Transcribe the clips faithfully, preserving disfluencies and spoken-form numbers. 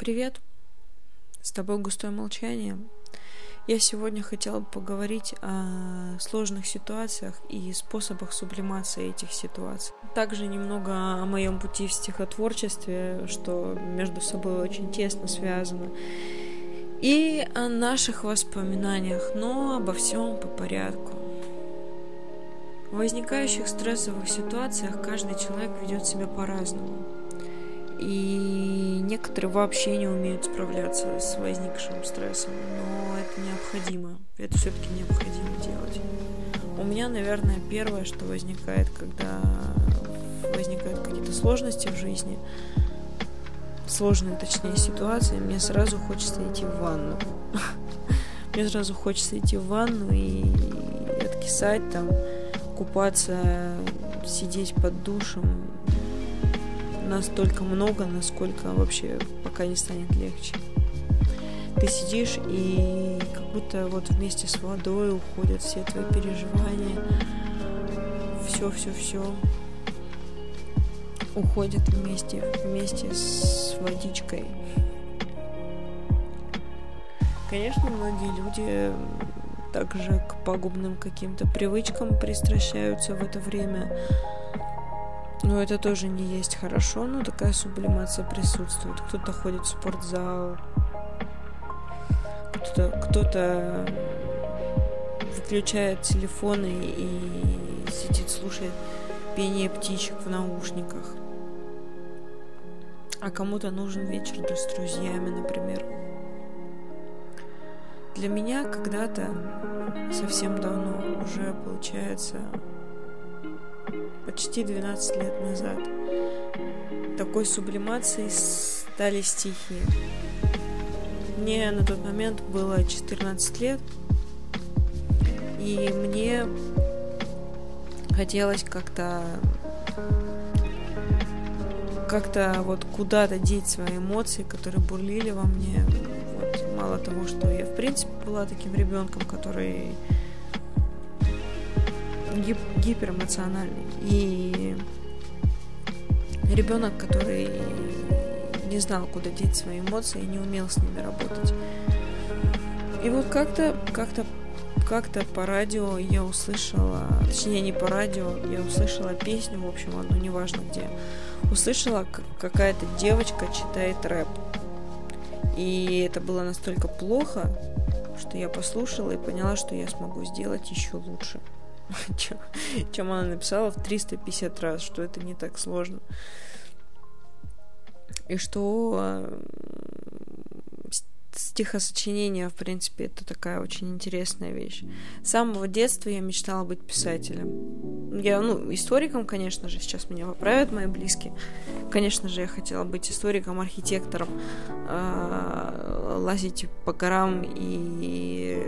привет! С тобой Густое молчание. Я сегодня хотела бы поговорить о сложных ситуациях и способах сублимации этих ситуаций. Также немного о моем пути в стихотворчестве, что между собой очень тесно связано. И о наших воспоминаниях, но обо всем по порядку. В возникающих стрессовых ситуациях каждый человек ведет себя по-разному. И некоторые вообще не умеют справляться с возникшим стрессом, но это необходимо, это все-таки необходимо делать. У меня, наверное, первое, что возникает, когда возникают какие-то сложности в жизни, сложные, точнее, ситуации, мне сразу хочется идти в ванну. Мне сразу хочется идти в ванну и откисать там, купаться, сидеть под душем. Настолько много, насколько вообще пока не станет легче. Ты сидишь, и как будто вот вместе с водой уходят все твои переживания. Все-все-все уходит вместе, вместе с водичкой. Конечно, многие люди также к пагубным каким-то привычкам пристращаются в это время. Но это тоже не есть хорошо, но такая сублимация присутствует. Кто-то ходит в спортзал, кто-то, кто-то выключает телефоны и сидит, слушает пение птичек в наушниках. А кому-то нужен вечер с друзьями, например. Для меня когда-то, совсем давно, уже получается почти двенадцать лет назад, такой сублимацией стали стихи. Мне на тот момент было четырнадцать лет, и мне хотелось как-то как-то вот куда-то деть свои эмоции, которые бурлили во мне. Вот, мало того, что я в принципе была таким ребенком, который гиперэмоциональный, и ребенок, который не знал, куда деть свои эмоции и не умел с ними работать. И вот как-то, как-то, как-то по радио я услышала, точнее не по радио, я услышала песню, в общем, одну, неважно где, услышала, как какая-то девочка читает рэп. И это было настолько плохо, что я послушала и поняла, что я смогу сделать еще лучше, чем она написала в триста пятьдесят раз, что это не так сложно. И что стихосочинение, в принципе, это такая очень интересная вещь. С самого детства я мечтала быть писателем. Я, ну, историком, конечно же, сейчас меня поправят мои близкие. Конечно же, я хотела быть историком, архитектором, лазить по горам и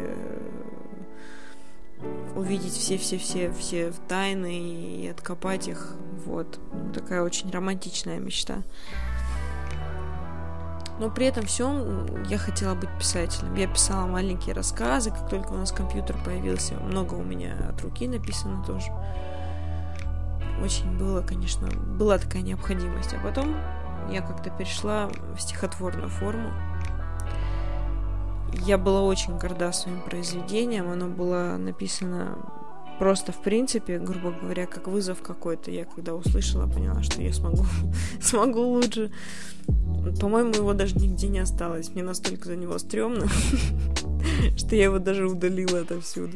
увидеть все-все-все-все тайны и откопать их. Вот. Такая очень романтичная мечта. Но при этом всем я хотела быть писателем. Я писала маленькие рассказы, как только у нас компьютер появился. Много у меня от руки написано тоже. Очень было, конечно, была такая необходимость. А потом я как-то перешла в стихотворную форму. Я была очень горда своим произведением. Оно было написано просто в принципе, грубо говоря, как вызов какой-то. Я когда услышала, поняла, что я смогу, смогу лучше. По-моему, его даже нигде не осталось. Мне настолько за него стрёмно, что я его даже удалила отовсюду.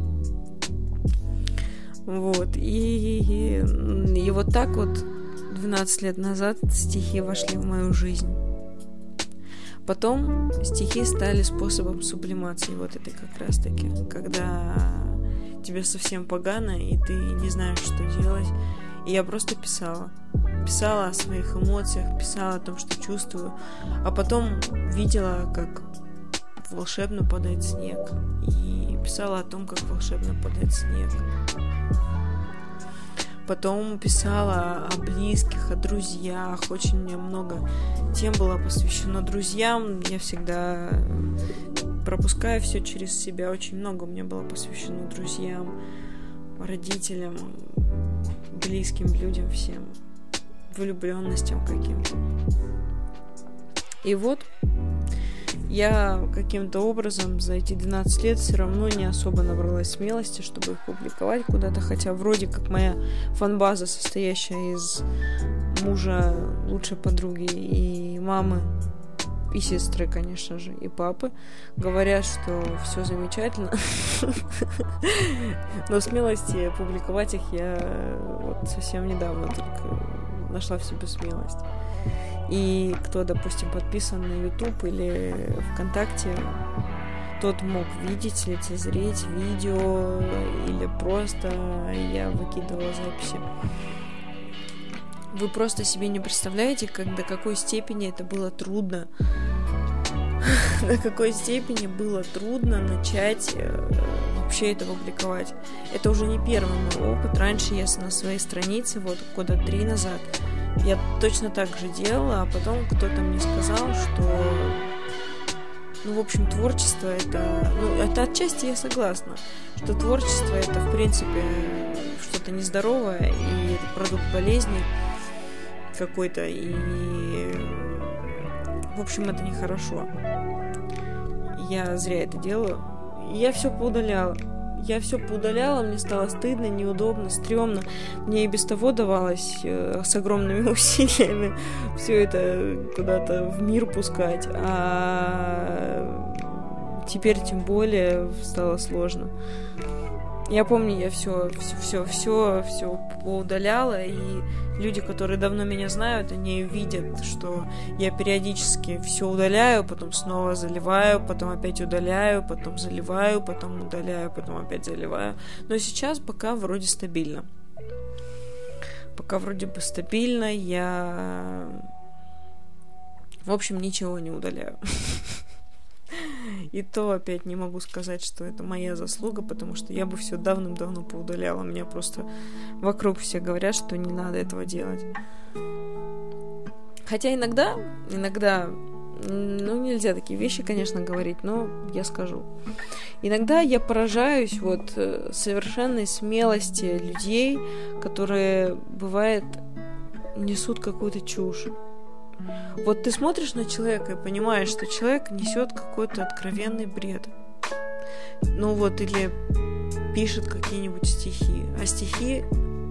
Вот. И, и, и вот так вот двенадцать лет назад стихи вошли в мою жизнь. Потом стихи стали способом сублимации вот этой как раз-таки, когда тебе совсем погано, и ты не знаешь, что делать. И я просто писала. Писала о своих эмоциях, писала о том, что чувствую. А потом видела, как волшебно падает снег. И писала о том, как волшебно падает снег. Потом писала о близких, о друзьях. Очень мне много тем было посвящено друзьям. Я всегда пропускаю все через себя. Очень много мне было посвящено друзьям, родителям, близким людям всем, влюбленностям каким-то. И вот я каким-то образом за эти двенадцать лет все равно не особо набралась смелости, чтобы их публиковать куда-то, хотя вроде как моя фан-база, состоящая из мужа, лучшей подруги и мамы, и сестры, конечно же, и папы, говорят, что все замечательно. Но смелости публиковать их я вот совсем недавно только нашла в себе смелость. И кто, допустим, подписан на YouTube или ВКонтакте, тот мог видеть, лицезреть видео, или просто я выкидывала записи. Вы просто себе не представляете, как, до какой степени это было трудно. До какой степени было трудно начать э, вообще это публиковать. Это уже не первый мой опыт. Раньше я на своей странице, вот года три назад, я точно так же делала, а потом кто-то мне сказал, что, ну, в общем, творчество это, ну, это отчасти я согласна, что творчество это, в принципе, что-то нездоровое, и это продукт болезни какой-то, и, в общем, это нехорошо. Я зря это делаю. Я все поудаляла. Я все поудаляла, мне стало стыдно, неудобно, стрёмно. Мне и без того давалось э, с огромными усилиями все это куда-то в мир пускать. А теперь тем более стало сложно. Я помню, я все, все, все, все, все поудаляла, и люди, которые давно меня знают, они видят, что я периодически все удаляю, потом снова заливаю, потом опять удаляю, потом заливаю, потом удаляю, потом опять заливаю. Но сейчас пока вроде стабильно. Пока вроде бы стабильно, я, в общем, ничего не удаляю. И то опять не могу сказать, что это моя заслуга, потому что я бы все давным-давно поудаляла. Мне просто вокруг все говорят, что не надо этого делать. Хотя иногда, иногда, ну, нельзя такие вещи, конечно, говорить, но я скажу. Иногда я поражаюсь вот совершенной смелости людей, которые, бывает, несут какую-то чушь. Вот ты смотришь на человека и понимаешь, что человек несет какой-то откровенный бред. Ну вот, или пишет какие-нибудь стихи. А стихи,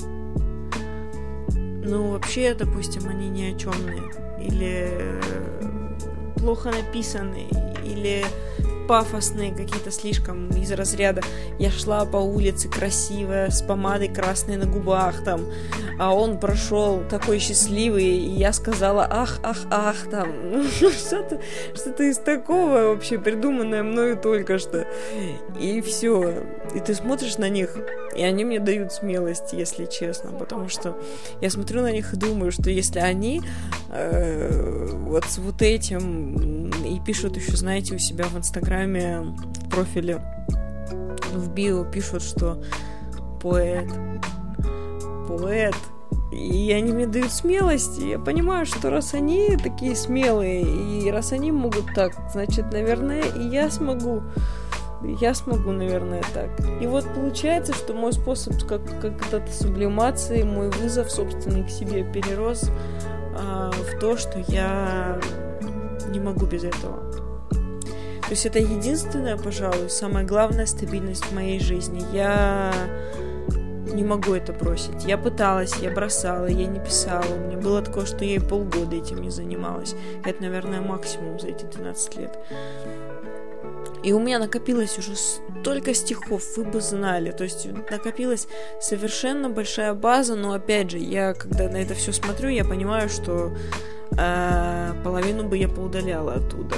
ну вообще, допустим, они ни о чёмные. Или плохо написанные. Или пафосные, какие-то слишком из разряда «я шла по улице красивая, с помадой красной на губах», там, а он прошел такой счастливый, и я сказала «ах, ах, ах», там, что-то, что-то из такого вообще придуманное мною только что. И все. И ты смотришь на них, и они мне дают смелость, если честно, потому что я смотрю на них и думаю, что если они э, вот с вот этим и пишут еще, знаете, у себя в Инстаграме, в профиле, в био пишут, что поэт, поэт, и они мне дают смелость, и я понимаю, что раз они такие смелые, и раз они могут так, значит, наверное, и я смогу. Я смогу, наверное, так. И вот получается, что мой способ как, как это сублимации, мой вызов собственный к себе перерос а, в то, что я не могу без этого. То есть это единственная, пожалуй, самая главная стабильность в моей жизни. Я не могу это бросить. Я пыталась, я бросала, я не писала. У меня было такое, что я и полгода этим не занималась. Это, наверное, максимум за эти двенадцать лет. И у меня накопилось уже столько стихов, вы бы знали. То есть накопилась совершенно большая база, но опять же, я когда на это все смотрю, я понимаю, что э, половину бы я поудаляла оттуда.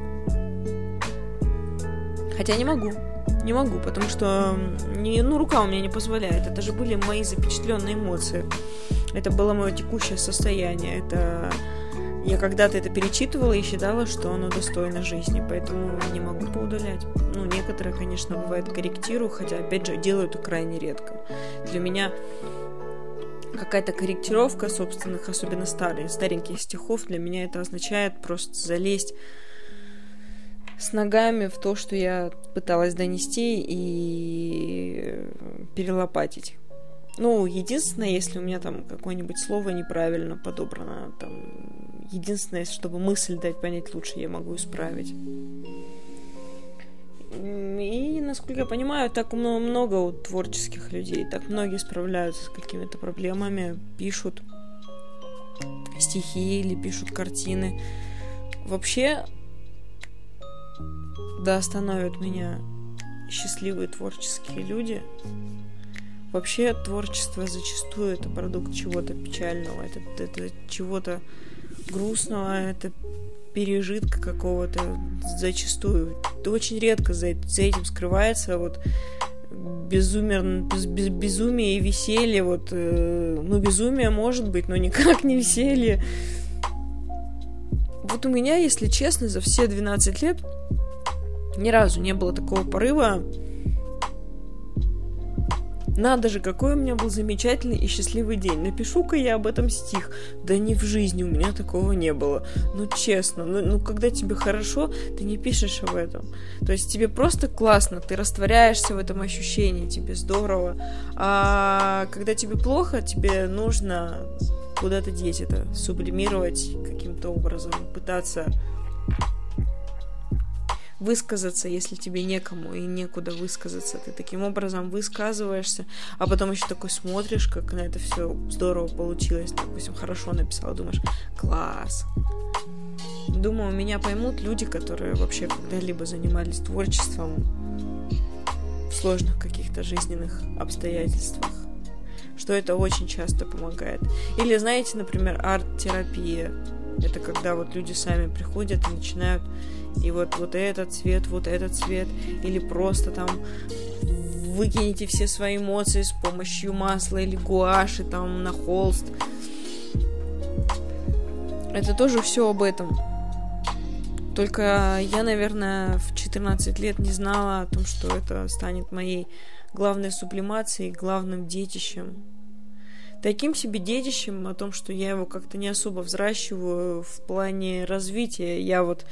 Хотя не могу. Не могу, потому что не, ну, рука у меня не позволяет. Это же были мои запечатленные эмоции. Это было мое текущее состояние. Это... Я когда-то это перечитывала и считала, что оно достойно жизни, поэтому не могу поудалять. Ну, некоторые, конечно, бывает корректирую, хотя, опять же, делаю это крайне редко. Для меня какая-то корректировка собственных, особенно старых, стареньких стихов, для меня это означает просто залезть с ногами в то, что я пыталась донести, и перелопатить. Ну, единственное, если у меня там какое-нибудь слово неправильно подобрано, там, единственное, чтобы мысль дать понять лучше, я могу исправить. И, насколько я понимаю, так много у творческих людей, так многие справляются с какими-то проблемами, пишут стихи или пишут картины. Вообще, да остановят меня счастливые творческие люди. Вообще, творчество зачастую это продукт чего-то печального, это, это чего-то грустного, это пережитка какого-то зачастую. Очень редко за, за этим скрывается вот безумие, без, без, безумие и веселье. Вот, э, ну, безумие может быть, но никак не веселье. Вот у меня, если честно, за все двенадцать лет ни разу не было такого порыва. Надо же, какой у меня был замечательный и счастливый день. Напишу-ка я об этом стих. Да не в жизни у меня такого не было. Ну, честно, ну, ну когда тебе хорошо, ты не пишешь об этом. То есть тебе просто классно, ты растворяешься в этом ощущении, тебе здорово. А когда тебе плохо, тебе нужно куда-то деть это, сублимировать каким-то образом, пытаться высказаться, если тебе некому и некуда высказаться. Ты таким образом высказываешься, а потом еще такой смотришь, как на это все здорово получилось. Допустим, хорошо написала, думаешь, класс. Думаю, меня поймут люди, которые вообще когда-либо занимались творчеством в сложных каких-то жизненных обстоятельствах, что это очень часто помогает. Или, знаете, например, арт-терапия. Это когда вот люди сами приходят и начинают и вот, вот этот цвет, вот этот цвет, или просто там выкинете все свои эмоции с помощью масла или гуаши там на холст. Это тоже все об этом. Только я, наверное, в четырнадцать лет не знала о том, что это станет моей главной сублимацией, главным детищем. Таким себе детищем, о том, что я его как-то не особо взращиваю в плане развития. Я вот...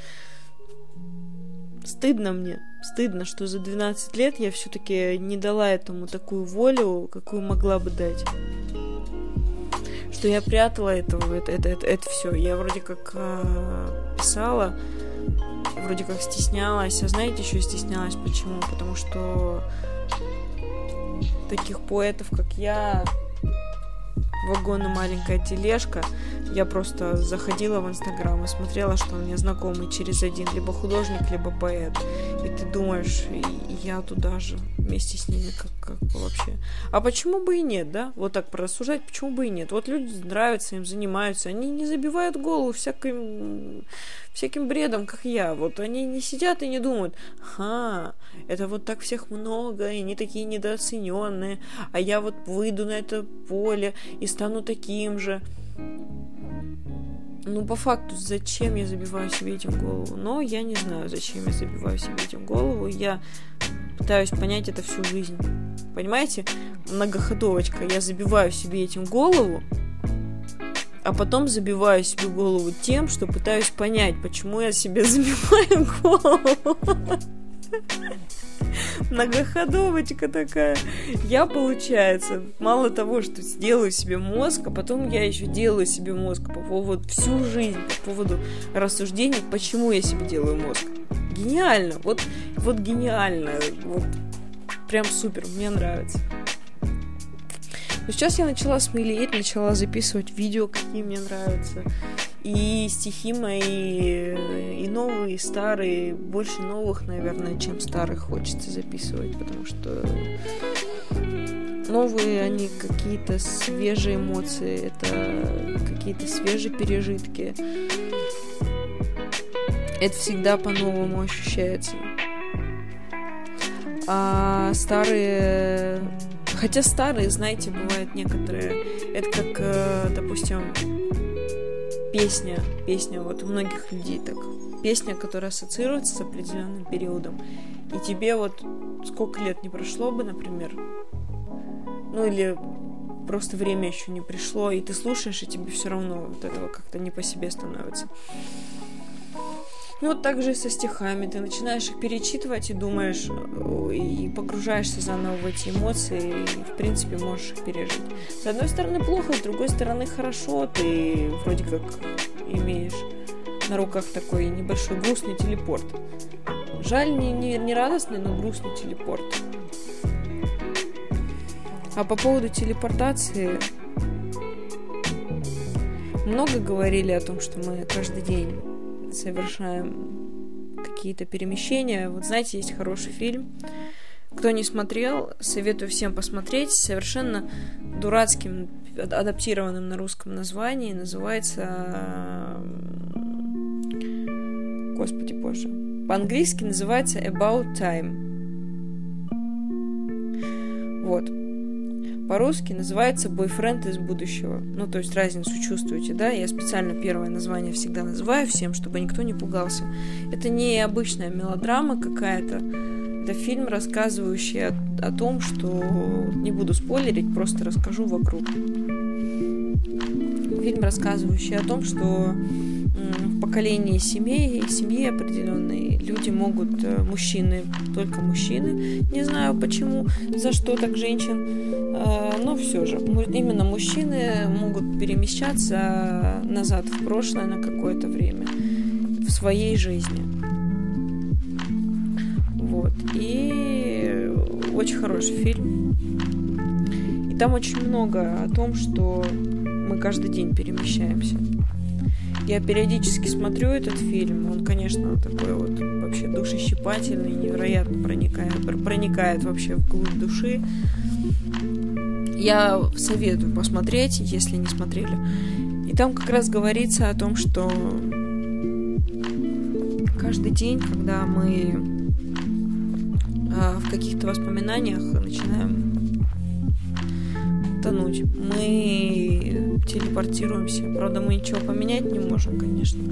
Стыдно мне, стыдно, что за двенадцать лет я все-таки не дала этому такую волю, какую могла бы дать. Что я прятала этого, это, это, это, это все. Я вроде как э, писала, вроде как стеснялась. А знаете, еще стеснялась почему? Потому что таких поэтов, как я, вагон и маленькая тележка, я просто заходила в Инстаграм и смотрела, что у меня знакомый через один, либо художник, либо поэт. И ты думаешь, и, и я туда же, вместе с ними, как, как вообще. А почему бы и нет, да? Вот так порассуждать, почему бы и нет? Вот люди нравятся, им занимаются, они не забивают голову всяким, всяким бредом, как я. Вот они не сидят и не думают, ха, это вот так всех много, и они такие недооцененные, а я вот выйду на это поле и стану таким же. Ну, по факту, зачем я забиваю себе этим голову? Но я не знаю, зачем я забиваю себе этим голову. Я пытаюсь понять это всю жизнь. Понимаете? Многоходовочка. Я забиваю себе этим голову, а потом забиваю себе голову тем, что пытаюсь понять, почему я себе забиваю голову. Многоходовочка такая. Я, получается, мало того, что сделаю себе мозг, а потом я еще делаю себе мозг по поводу всю жизнь, по поводу рассуждений, почему я себе делаю мозг. Гениально. Вот, вот гениально. Вот прям супер. Мне нравится. Но сейчас я начала смелеть, начала записывать видео, какие мне нравятся. И стихи мои, и новые, и старые, больше новых, наверное, чем старых хочется записывать, потому что новые, они какие-то свежие эмоции, это какие-то свежие пережитки. Это всегда по-новому ощущается. А старые... Хотя старые, знаете, бывают некоторые... Это как, допустим... Песня, песня, вот у многих людей так. Песня, которая ассоциируется с определенным периодом. И тебе вот сколько лет не прошло бы, например, ну или просто время еще не пришло, и ты слушаешь, и тебе все равно вот этого как-то не по себе становится. Ну вот так же и со стихами. Ты начинаешь их перечитывать и думаешь, и погружаешься заново в эти эмоции, и, в принципе, можешь их пережить. С одной стороны плохо, с другой стороны хорошо. Ты вроде как имеешь на руках такой небольшой грустный телепорт. Жаль, не, не, не радостный, но грустный телепорт. А по поводу телепортации... Много говорили о том, что мы каждый день совершаем какие-то перемещения. Вот знаете, есть хороший фильм. Кто не смотрел, советую всем посмотреть. Совершенно дурацким, адаптированным на русском названии. Называется... Господи боже. По-английски называется About Time. Вот. По-русски называется «Бойфренд из будущего». Ну, то есть разницу чувствуете, да? Я специально первое название всегда называю всем, чтобы никто не пугался. Это не обычная мелодрама какая-то. Это фильм, рассказывающий о, о том, что... Не буду спойлерить, просто расскажу вокруг. Фильм, рассказывающий о том, что в поколении семей, семьи определенной люди могут, мужчины, только мужчины, не знаю почему, за что так женщин, но все же, именно мужчины могут перемещаться назад в прошлое на какое-то время в своей жизни. Вот. И очень хороший фильм. И там очень много о том, что мы каждый день перемещаемся. Я периодически смотрю этот фильм. Он, конечно, такой вот вообще душещипательный, невероятно проникает, проникает вообще вглубь души. Я советую посмотреть, если не смотрели. И там как раз говорится о том, что каждый день, когда мы в каких-то воспоминаниях начинаем тонуть, мы телепортируемся. Правда, мы ничего поменять не можем, конечно.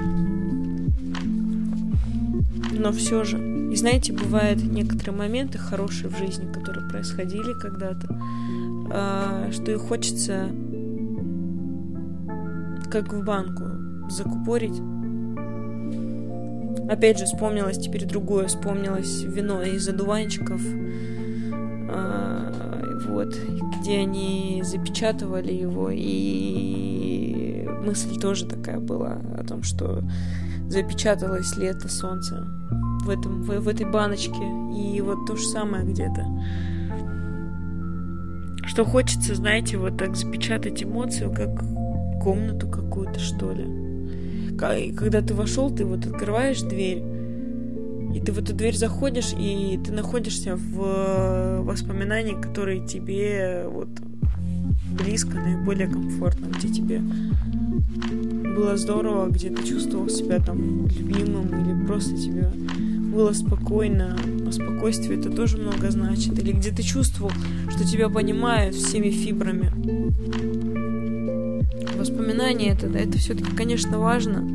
Но все же. И знаете, бывают некоторые моменты хорошие в жизни, которые происходили когда-то, что их хочется, как в банку, закупорить. Опять же, вспомнилось теперь другое. Вспомнилось вино из одуванчиков. Вот, где они запечатывали его, и мысль тоже такая была о том, что запечаталось лето, солнце в, этом, в, в этой баночке, и вот то же самое где-то. Что хочется, знаете, вот так запечатать эмоцию, как комнату какую-то, что ли. Когда ты вошел, ты вот открываешь дверь, и ты в эту дверь заходишь, и ты находишься в воспоминании, которые тебе вот близко, наиболее комфортно, где тебе было здорово, где ты чувствовал себя там любимым, или просто тебе было спокойно. А спокойствие это тоже много значит. Или где ты чувствовал, что тебя понимают всеми фибрами. Воспоминания это, да, это все-таки, конечно, важно.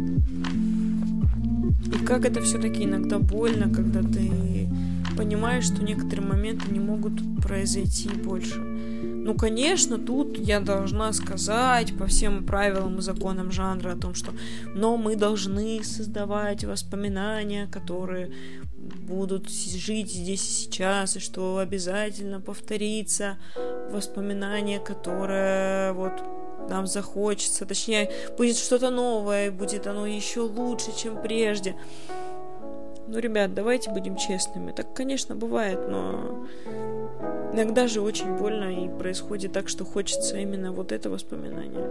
И как это все-таки иногда больно, когда ты понимаешь, что некоторые моменты не могут произойти больше. Ну, конечно, тут я должна сказать по всем правилам и законам жанра о том, что но мы должны создавать воспоминания, которые будут жить здесь и сейчас, и что обязательно повторится воспоминание, которое вот нам захочется, точнее, будет что-то новое, будет оно еще лучше, чем прежде. Ну, ребят, давайте будем честными. Так, конечно, бывает, но иногда же очень больно, и происходит так, что хочется именно вот это воспоминание.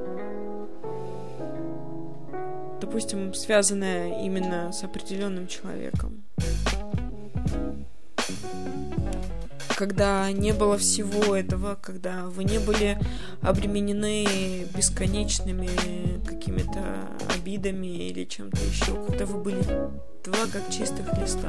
Допустим, связанное именно с определенным человеком. Когда не было всего этого, когда вы не были обременены бесконечными какими-то обидами или чем-то еще, когда вы были два как чистых листа.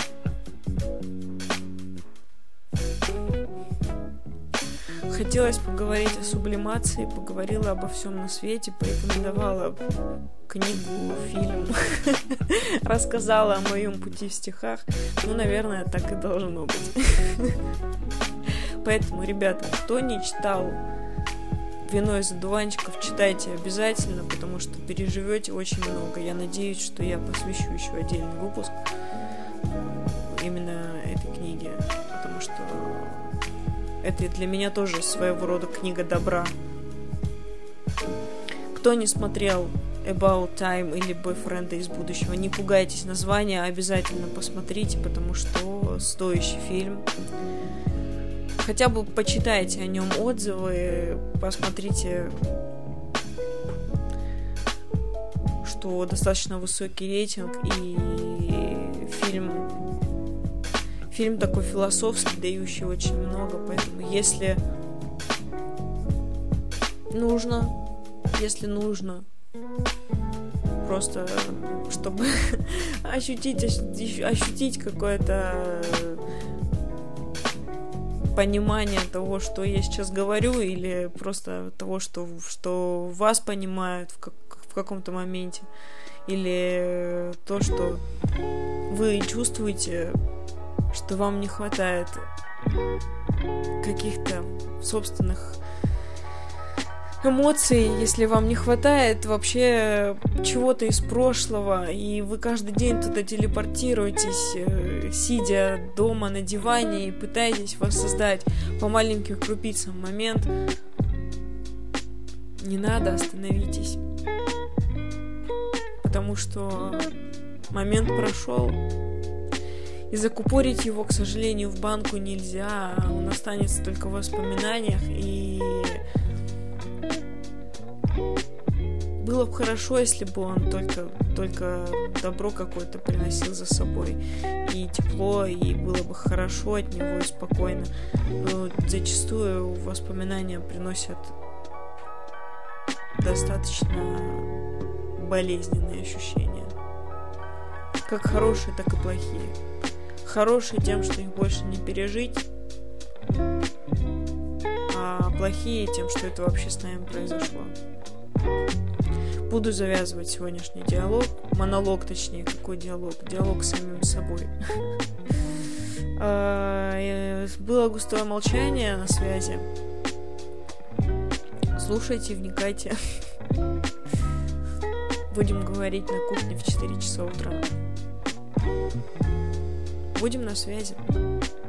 Хотелось поговорить о сублимации, поговорила обо всем на свете, порекомендовала книгу, фильм, рассказала о моем пути в стихах. Ну, наверное, так и должно быть. Поэтому, ребята, кто не читал «Вино из одуванчиков» читайте обязательно, потому что переживете очень много. Я надеюсь, что я посвящу еще отдельный выпуск именно этой книге, потому что это для меня тоже своего рода книга добра. Кто не смотрел About Time или «Бойфренда из будущего», не пугайтесь названия, обязательно посмотрите, потому что стоящий фильм. Хотя бы почитайте о нем отзывы, посмотрите, что достаточно высокий рейтинг, и фильм, фильм такой философский, дающий очень много, поэтому если нужно, если нужно, просто чтобы ощутить, ощутить какое-то понимание того, что я сейчас говорю, или просто того, что, что вас понимают в, как, в каком-то моменте, или то, что вы чувствуете, что вам не хватает каких-то собственных эмоций, если вам не хватает вообще чего-то из прошлого, и вы каждый день туда телепортируетесь, сидя дома на диване, и пытаетесь воссоздать по маленьким крупицам момент. Не надо, остановитесь. Потому что момент прошел, и закупорить его, к сожалению, в банку нельзя. Он останется только в воспоминаниях, и было бы хорошо, если бы он только, только добро какое-то приносил за собой, и тепло, и было бы хорошо от него, и спокойно. Но зачастую воспоминания приносят достаточно болезненные ощущения. Как хорошие, так и плохие. Хорошие тем, что их больше не пережить, а плохие тем, что это вообще с нами произошло. Буду завязывать сегодняшний диалог, монолог, точнее, какой диалог? Диалог с самим собой. Было густое молчание на связи. Слушайте, вникайте. Будем говорить на кухне в четыре часа утра. Будем на связи.